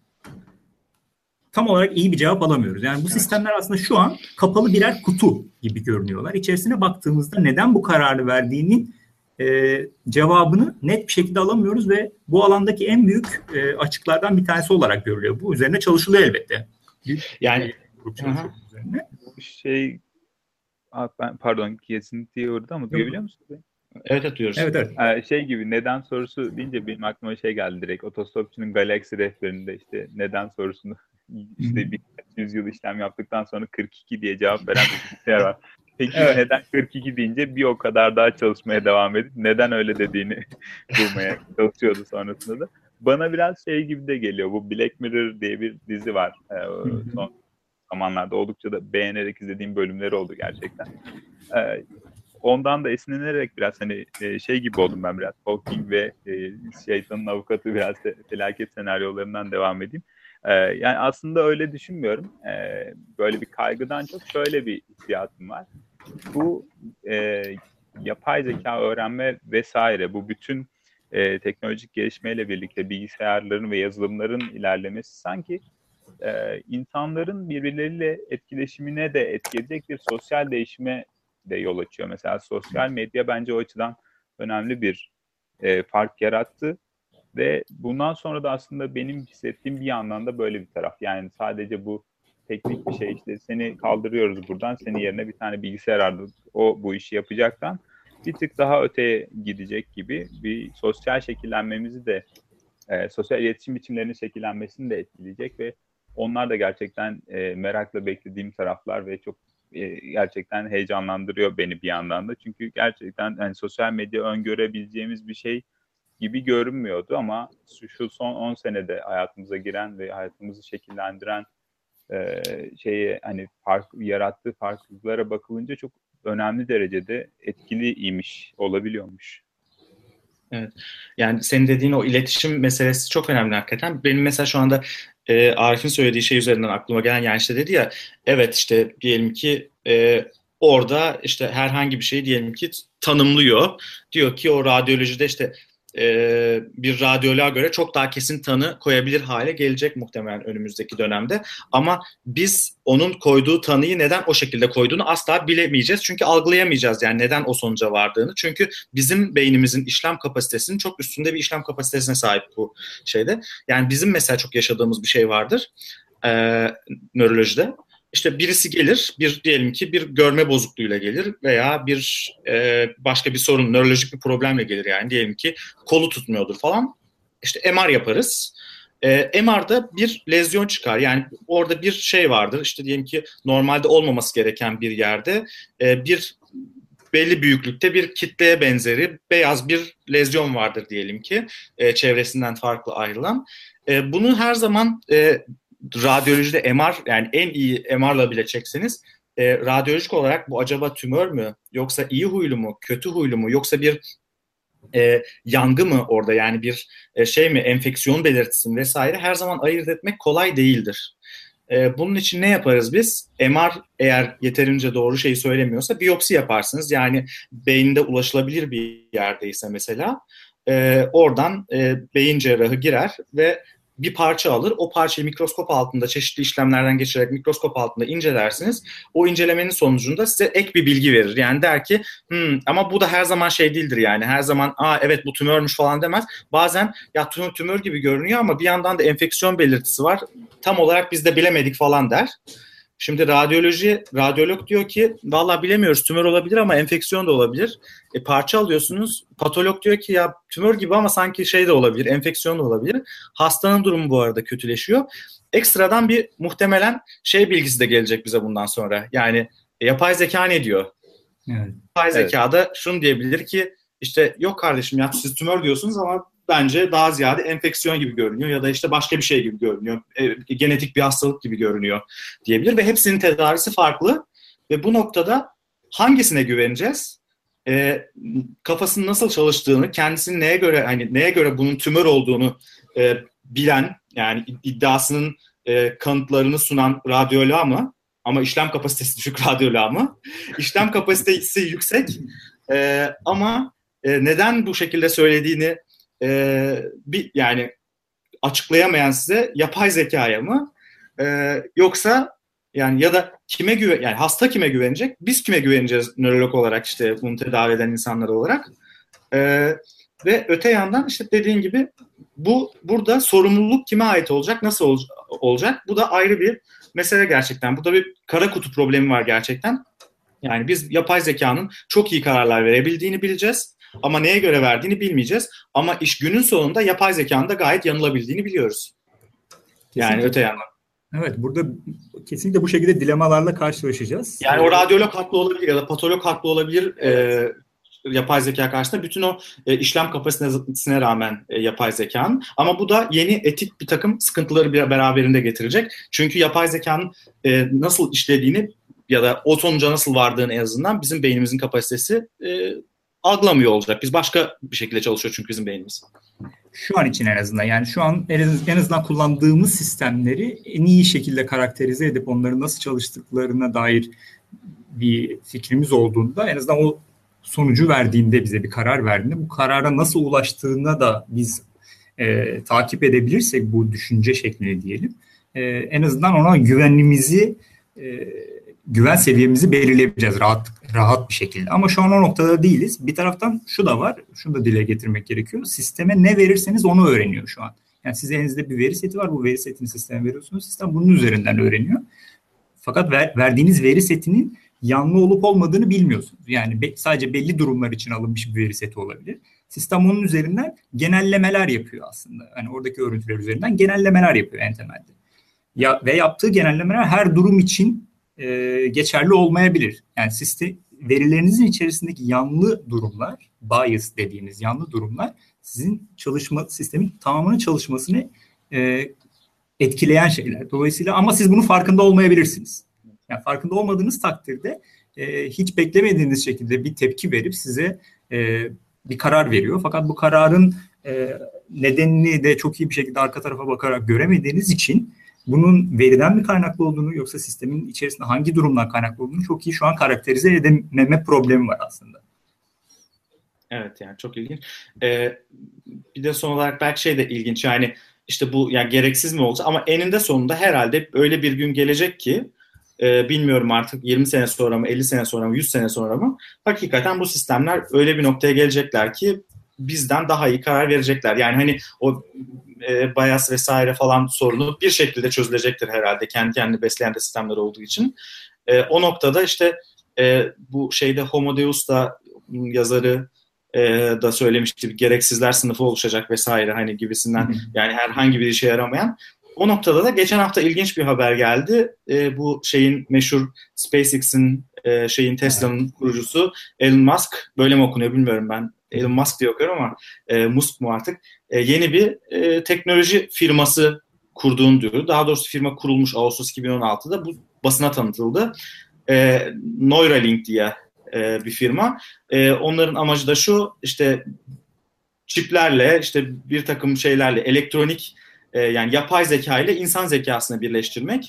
tam olarak iyi bir cevap alamıyoruz. Yani bu sistemler aslında şu an kapalı birer kutu gibi görünüyorlar. İçerisine baktığımızda neden bu kararı verdiğinin cevabını net bir şekilde alamıyoruz ve bu alandaki en büyük açıklardan bir tanesi olarak görülüyor. Bu üzerine çalışılıyor elbette. Yani üzerine. Pardon kesintiye uğradı ama duyabiliyor musunuz? Evet duyuyoruz. Evet. Şey gibi neden sorusu deyince benim aklıma geldi direkt. Otostopçunun Galaxy rehberinde işte neden sorusunu işte bir yüzyıl işlem yaptıktan sonra 42 diye cevap veren bir bilgisayar var. Peki neden 42 deyince bir o kadar daha çalışmaya devam edip neden öyle dediğini bulmaya çalışıyordu sonrasında da. Bana biraz gibi de geliyor. Bu Black Mirror diye bir dizi var. Son zamanlarda oldukça da beğenerek izlediğim bölümleri oldu gerçekten. Ondan da esinlenerek biraz gibi oldum ben biraz. Hawking ve şeytanın avukatı biraz felaket senaryolarından devam edeyim. Yani aslında öyle düşünmüyorum. Böyle bir kaygıdan çok şöyle bir hissiyatım var. Bu yapay zeka öğrenme vesaire bu bütün teknolojik gelişmeyle birlikte bilgisayarların ve yazılımların ilerlemesi sanki insanların birbirleriyle etkileşimine de etkileyecek bir sosyal değişime de yol açıyor. Mesela sosyal medya bence o açıdan önemli bir fark yarattı. Ve bundan sonra da aslında benim hissettiğim bir yandan da böyle bir taraf. Yani sadece bu teknik bir şey, işte seni kaldırıyoruz buradan, senin yerine bir tane bilgisayar aldık, o bu işi yapacaktan bir tık daha öteye gidecek gibi bir sosyal şekillenmemizi de sosyal iletişim biçimlerinin şekillenmesini de etkileyecek ve onlar da gerçekten merakla beklediğim taraflar ve çok gerçekten heyecanlandırıyor beni bir yandan da. Çünkü gerçekten yani sosyal medya öngörebileceğimiz bir şey gibi görünmüyordu ama şu son 10 senede hayatımıza giren ve hayatımızı şekillendiren hani yarattığı farklılıklara bakılınca çok önemli derecede etkiliymiş, olabiliyormuş. Evet. Yani senin dediğin o iletişim meselesi çok önemli hakikaten. Benim mesela şu anda Arif'in söylediği şey üzerinden aklıma gelen, yani işte dedi ya, evet işte diyelim ki orada işte herhangi bir şey diyelim ki tanımlıyor. Diyor ki o radyolojide işte bir radyoloğa göre çok daha kesin tanı koyabilir hale gelecek muhtemelen önümüzdeki dönemde. Ama biz onun koyduğu tanıyı neden o şekilde koyduğunu asla bilemeyeceğiz. Çünkü algılayamayacağız yani neden o sonuca vardığını. Çünkü bizim beynimizin işlem kapasitesinin çok üstünde bir işlem kapasitesine sahip bu şeyde. Yani bizim mesela çok yaşadığımız bir şey vardır nörolojide. İşte birisi gelir, diyelim ki bir görme bozukluğuyla gelir veya bir başka bir sorun, nörolojik bir problemle gelir yani. Diyelim ki kolu tutmuyordur falan. İşte MR yaparız. MR'da bir lezyon çıkar. Yani orada bir şey vardır. İşte diyelim ki normalde olmaması gereken bir yerde bir belli büyüklükte bir kitleye benzeri beyaz bir lezyon vardır diyelim ki. Çevresinden farklı ayrılan. Bunu her zaman radyolojide MR, yani en iyi MR'la bile çekseniz radyolojik olarak bu acaba tümör mü, yoksa iyi huylu mu, kötü huylu mu, yoksa bir yangı mı orada, yani bir şey mi, enfeksiyon belirtisi mi vesaire, her zaman ayırt etmek kolay değildir. Bunun için ne yaparız biz? MR eğer yeterince doğru şeyi söylemiyorsa biyopsi yaparsınız. Yani beyinde ulaşılabilir bir yerdeyse mesela oradan beyin cerrahı girer ve bir parça alır. O parçayı mikroskop altında çeşitli işlemlerden geçirerek mikroskop altında incelersiniz. O incelemenin sonucunda size ek bir bilgi verir. Yani der ki ama bu da her zaman şey değildir yani. Her zaman evet bu tümörmüş falan demez. Bazen ya tümör gibi görünüyor ama bir yandan da enfeksiyon belirtisi var. Tam olarak biz de bilemedik falan der. Şimdi radyolog diyor ki vallahi bilemiyoruz, tümör olabilir ama enfeksiyon da olabilir. Parça alıyorsunuz, patolog diyor ki ya tümör gibi ama sanki şey de olabilir, enfeksiyon da olabilir. Hastanın durumu bu arada kötüleşiyor. Ekstradan bir muhtemelen şey bilgisi de gelecek bize bundan sonra. Yani yapay zeka ne diyor? Evet. Yapay zekada şunu diyebilir ki işte yok kardeşim ya siz tümör diyorsunuz ama bence daha ziyade enfeksiyon gibi görünüyor ya da işte başka bir şey gibi görünüyor. Genetik bir hastalık gibi görünüyor diyebilir ve hepsinin tedavisi farklı ve bu noktada hangisine güveneceğiz? Kafasının nasıl çalıştığını, kendisinin neye göre bunun tümör olduğunu bilen, yani iddiasının kanıtlarını sunan radyoloğa mı? Ama işlem kapasitesi düşük radyoloğa mı? İşlem kapasitesi yüksek ama neden bu şekilde söylediğini yani açıklayamayan size yapay zekaya mı yoksa yani ya da yani hasta kime güvenecek, biz kime güveneceğiz nörolog olarak, işte bunu tedavi eden insanlar olarak ve öte yandan işte dediğin gibi burada sorumluluk kime ait olacak, nasıl olacak, bu da ayrı bir mesele gerçekten. Burada bir kara kutu problemi var gerçekten. Yani biz yapay zekanın çok iyi kararlar verebildiğini bileceğiz. Ama neye göre verdiğini bilmeyeceğiz. Ama iş günün sonunda yapay zekanın da gayet yanılabildiğini biliyoruz. Yani kesinlikle. Öte yandan. Evet, burada kesinlikle bu şekilde dilemalarla karşılaşacağız. Yani o radyolog haklı olabilir ya da patolog haklı olabilir. Evet. Yapay zeka karşısında bütün o işlem kapasitesine rağmen yapay zekanın. Ama bu da yeni etik bir takım sıkıntıları beraberinde getirecek. Çünkü yapay zekanın nasıl işlediğini ya da o sonuca nasıl vardığını en azından bizim beynimizin kapasitesi algılamıyor olacak. Biz başka bir şekilde çalışıyor çünkü bizim beynimiz. Şu an için en azından, yani şu an en azından kullandığımız sistemleri en iyi şekilde karakterize edip onların nasıl çalıştıklarına dair bir fikrimiz olduğunda, en azından o sonucu verdiğinde, bize bir karar verdiğinde, bu karara nasıl ulaştığına da biz takip edebilirsek bu düşünce şeklini diyelim, en azından ona güven seviyemizi belirleyebileceğiz rahat bir şekilde. Ama şu an o noktada değiliz. Bir taraftan şu da var, şunu da dile getirmek gerekiyor. Sisteme ne verirseniz onu öğreniyor şu an. Yani sizin elinizde bir veri seti var, bu veri setini sisteme veriyorsunuz. Sistem bunun üzerinden öğreniyor. Fakat verdiğiniz veri setinin yanlı olup olmadığını bilmiyorsunuz. Yani sadece belli durumlar için alınmış bir veri seti olabilir. Sistem onun üzerinden genellemeler yapıyor aslında. Yani oradaki örüntüler üzerinden genellemeler yapıyor en temelde. Ve yaptığı genellemeler her durum için geçerli olmayabilir. Yani verilerinizin içerisindeki yanlı durumlar, bias dediğimiz yanlı durumlar sizin sistemin tamamının çalışmasını etkileyen şeyler. Dolayısıyla ama siz bunun farkında olmayabilirsiniz. Yani farkında olmadığınız takdirde hiç beklemediğiniz şekilde bir tepki verip size bir karar veriyor. Fakat bu kararın nedenini de çok iyi bir şekilde arka tarafa bakarak göremediğiniz için bunun veriden mi kaynaklı olduğunu yoksa sistemin içerisinde hangi durumdan kaynaklı olduğunu çok iyi şu an karakterize edememe problemi var aslında. Evet, yani çok ilginç. Bir de son olarak belki şey de ilginç, yani işte bu yani gereksiz mi olacak ama eninde sonunda herhalde öyle bir gün gelecek ki bilmiyorum artık 20 sene sonra mı, 50 sene sonra mı, 100 sene sonra mı, hakikaten bu sistemler öyle bir noktaya gelecekler ki bizden daha iyi karar verecekler. Yani hani o bias vesaire falan sorunu bir şekilde çözülecektir herhalde, kendi kendini besleyen de sistemler olduğu için. O noktada işte bu şeyde Homo Deus da yazarı da söylemişti, bir gereksizler sınıfı oluşacak vesaire hani gibisinden, yani herhangi bir işe yaramayan. O noktada da geçen hafta ilginç bir haber geldi. Bu şeyin meşhur SpaceX'in Tesla'nın kurucusu Elon Musk, böyle mi okunuyor bilmiyorum ben. Elon Musk diye okuyorum ama Musk mu artık? Yeni bir teknoloji firması kurduğunu diyor. Daha doğrusu firma kurulmuş Ağustos 2016'da. Bu basına tanıtıldı. Neuralink diye bir firma. Onların amacı da şu, işte çiplerle, işte bir takım şeylerle, elektronik yani yapay zeka ile insan zekasını birleştirmek.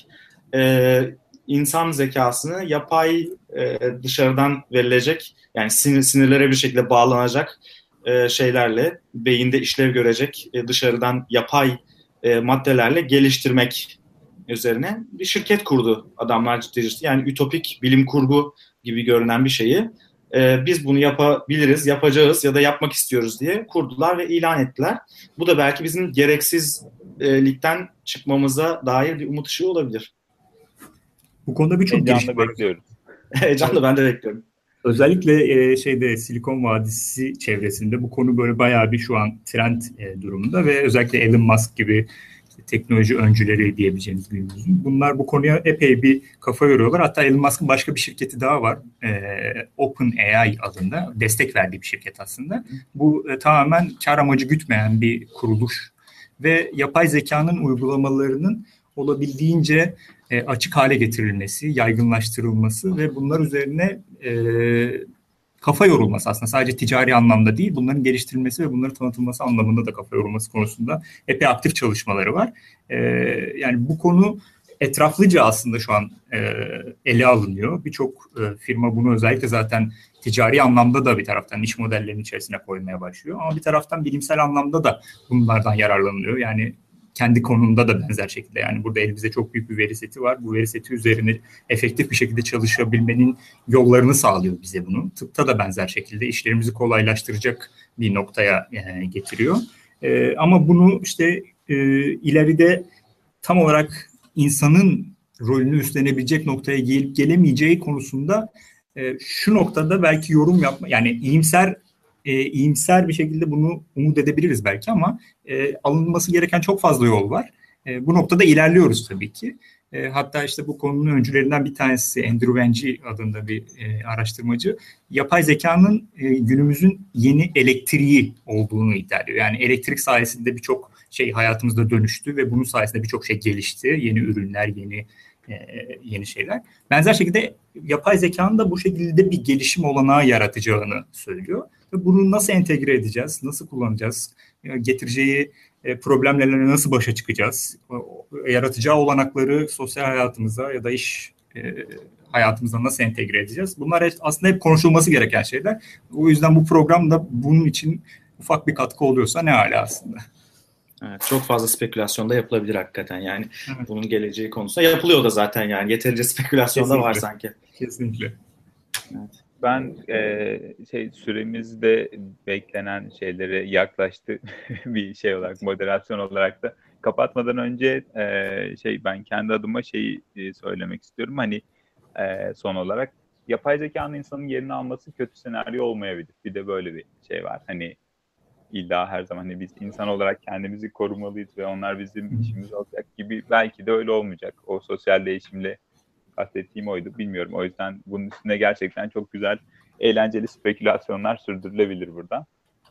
İnsan zekasını yapay dışarıdan verilecek, yani sinirlere bir şekilde bağlanacak şeylerle, beyinde işlev görecek dışarıdan yapay maddelerle geliştirmek üzerine bir şirket kurdu adamlar ciddi. Yani ütopik bilim kurgu gibi görünen bir şeyi biz bunu yapabiliriz, yapacağız ya da yapmak istiyoruz diye kurdular ve ilan ettiler. Bu da belki bizim gereksizlikten çıkmamıza dair bir umut ışığı olabilir. Bu konuda birçok girişim var. Bekliyoruz. Heyecanla ben de bekliyorum. Özellikle Silikon Vadisi çevresinde bu konu böyle bayağı bir şu an trend durumunda ve özellikle Elon Musk gibi teknoloji öncüleri diyebileceğimiz birimizin. Bunlar bu konuya epey bir kafa yoruyorlar. Hatta Elon Musk'ın başka bir şirketi daha var. OpenAI adında. Destek verdiği bir şirket aslında. Bu tamamen kar amacı gütmeyen bir kuruluş. Ve yapay zekanın uygulamalarının olabildiğince açık hale getirilmesi, yaygınlaştırılması ve bunlar üzerine kafa yorulması, aslında sadece ticari anlamda değil, bunların geliştirilmesi ve bunların tanıtılması anlamında da kafa yorulması konusunda epey aktif çalışmaları var. Yani bu konu etraflıca aslında şu an ele alınıyor. Birçok firma bunu özellikle zaten ticari anlamda da bir taraftan iş modellerinin içerisine koymaya başlıyor. Ama bir taraftan bilimsel anlamda da bunlardan yararlanılıyor. Yani kendi konumda da benzer şekilde, yani burada elimizde çok büyük bir veri seti var. Bu veri seti üzerine efektif bir şekilde çalışabilmenin yollarını sağlıyor bize bunu. Tıpta da benzer şekilde işlerimizi kolaylaştıracak bir noktaya getiriyor. Ama bunu işte ileride tam olarak insanın rolünü üstlenebilecek noktaya gelip gelemeyeceği konusunda şu noktada belki yorum yapma, yani iyimser bir şekilde bunu umut edebiliriz belki ama alınması gereken çok fazla yol var. Bu noktada ilerliyoruz tabii ki. Hatta işte bu konunun öncülerinden bir tanesi Andrew Ng adında bir araştırmacı, yapay zekanın günümüzün yeni elektriği olduğunu iddia ediyor. Yani elektrik sayesinde birçok şey hayatımızda dönüştü ve bunun sayesinde birçok şey gelişti. Yeni ürünler, yeni şeyler. Benzer şekilde yapay zekanın da bu şekilde bir gelişim olanağı yaratacağını söylüyor. Ve bunu nasıl entegre edeceğiz, nasıl kullanacağız, getireceği problemlerle nasıl başa çıkacağız, yaratacağı olanakları sosyal hayatımıza ya da iş hayatımıza nasıl entegre edeceğiz? Bunlar aslında hep konuşulması gereken şeyler. O yüzden bu program da bunun için ufak bir katkı oluyorsa ne âlâ aslında. Evet, çok fazla spekülasyon da yapılabilir hakikaten, yani evet. Bunun geleceği konusunda yapılıyor da zaten, yani yeterince spekülasyon da var sanki. Kesinlikle. Evet. Ben süremizde beklenen şeylere yaklaştı bir şey olarak, moderasyon olarak da kapatmadan önce ben kendi adıma söylemek istiyorum. Hani son olarak yapay zekanın insanın yerini alması kötü senaryo olmayabilir. Bir de böyle bir şey var. Hani illa her zaman hani biz insan olarak kendimizi korumalıyız ve onlar bizim işimiz olacak gibi, belki de öyle olmayacak. O sosyal değişimle kastettiğim oydu. Bilmiyorum. O yüzden bunun üstüne gerçekten çok güzel, eğlenceli spekülasyonlar sürdürülebilir burada.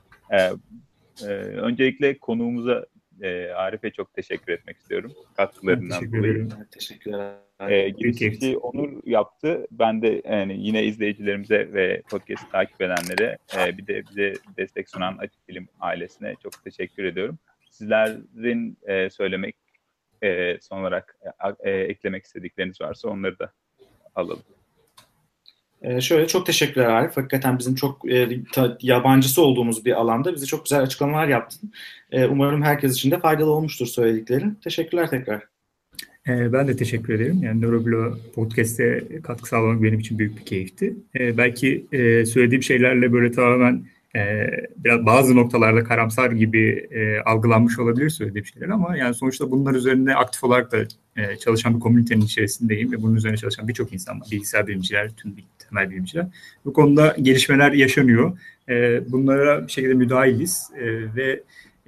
Öncelikle konuğumuza Arif'e çok teşekkür etmek istiyorum. Katkılarından dolayı. Teşekkürler. Girişi Onur yaptı. Ben de yine izleyicilerimize ve podcast'ı takip edenlere bir de bize destek sunan Açık Bilim ailesine çok teşekkür ediyorum. Sizlerin söylemek son olarak eklemek istedikleriniz varsa onları da alalım. Şöyle, çok teşekkürler Arif. Hakikaten bizim çok yabancısı olduğumuz bir alanda bize çok güzel açıklamalar yaptın. Umarım herkes için de faydalı olmuştur söylediklerin. Teşekkürler tekrar. Ben de teşekkür ederim. Yani Neuroblo Podcast'e katkı sağlamak benim için büyük bir keyifti. Belki söylediğim şeylerle böyle tamamen biraz bazı noktalarda karamsar gibi algılanmış olabilir söylediğim şeyler, ama yani sonuçta bunlar üzerinde aktif olarak da çalışan bir komünitenin içerisindeyim ve bunun üzerine çalışan birçok insan var. Bilgisayar bilimciler, tüm temel bilimciler. Bu konuda gelişmeler yaşanıyor. Bunlara bir şekilde müdahiliz ve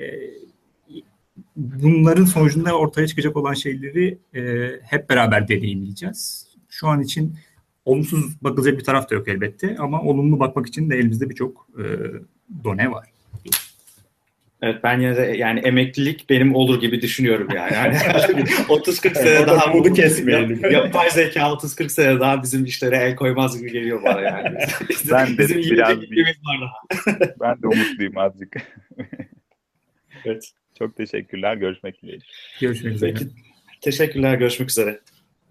bunların sonucunda ortaya çıkacak olan şeyleri hep beraber deneyimleyeceğiz. Şu an için olumsuz bakılacak bir taraf da yok elbette, ama olumlu bakmak için de elimizde birçok done var. Evet, ben yine de yani emeklilik benim olur gibi düşünüyorum yani. 30-40 sene daha bunu kesmeyelim. Yapay zeka 30-40 sene daha bizim işlere el koymaz gibi geliyor bana yani. Ben de bizim biraz var daha. Ben de umutluyum azıcık. Evet. Çok teşekkürler. Görüşmek dileğiyle. Görüşmek üzere. Peki, teşekkürler. Görüşmek üzere.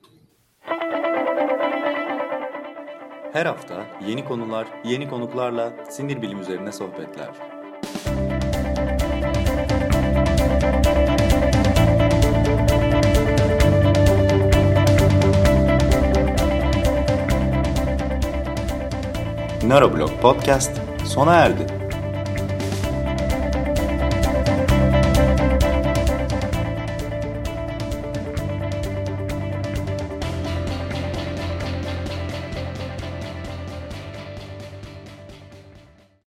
Her hafta yeni konular, yeni konuklarla sinir bilim üzerine sohbetler. Neuroblog Podcast sona erdi.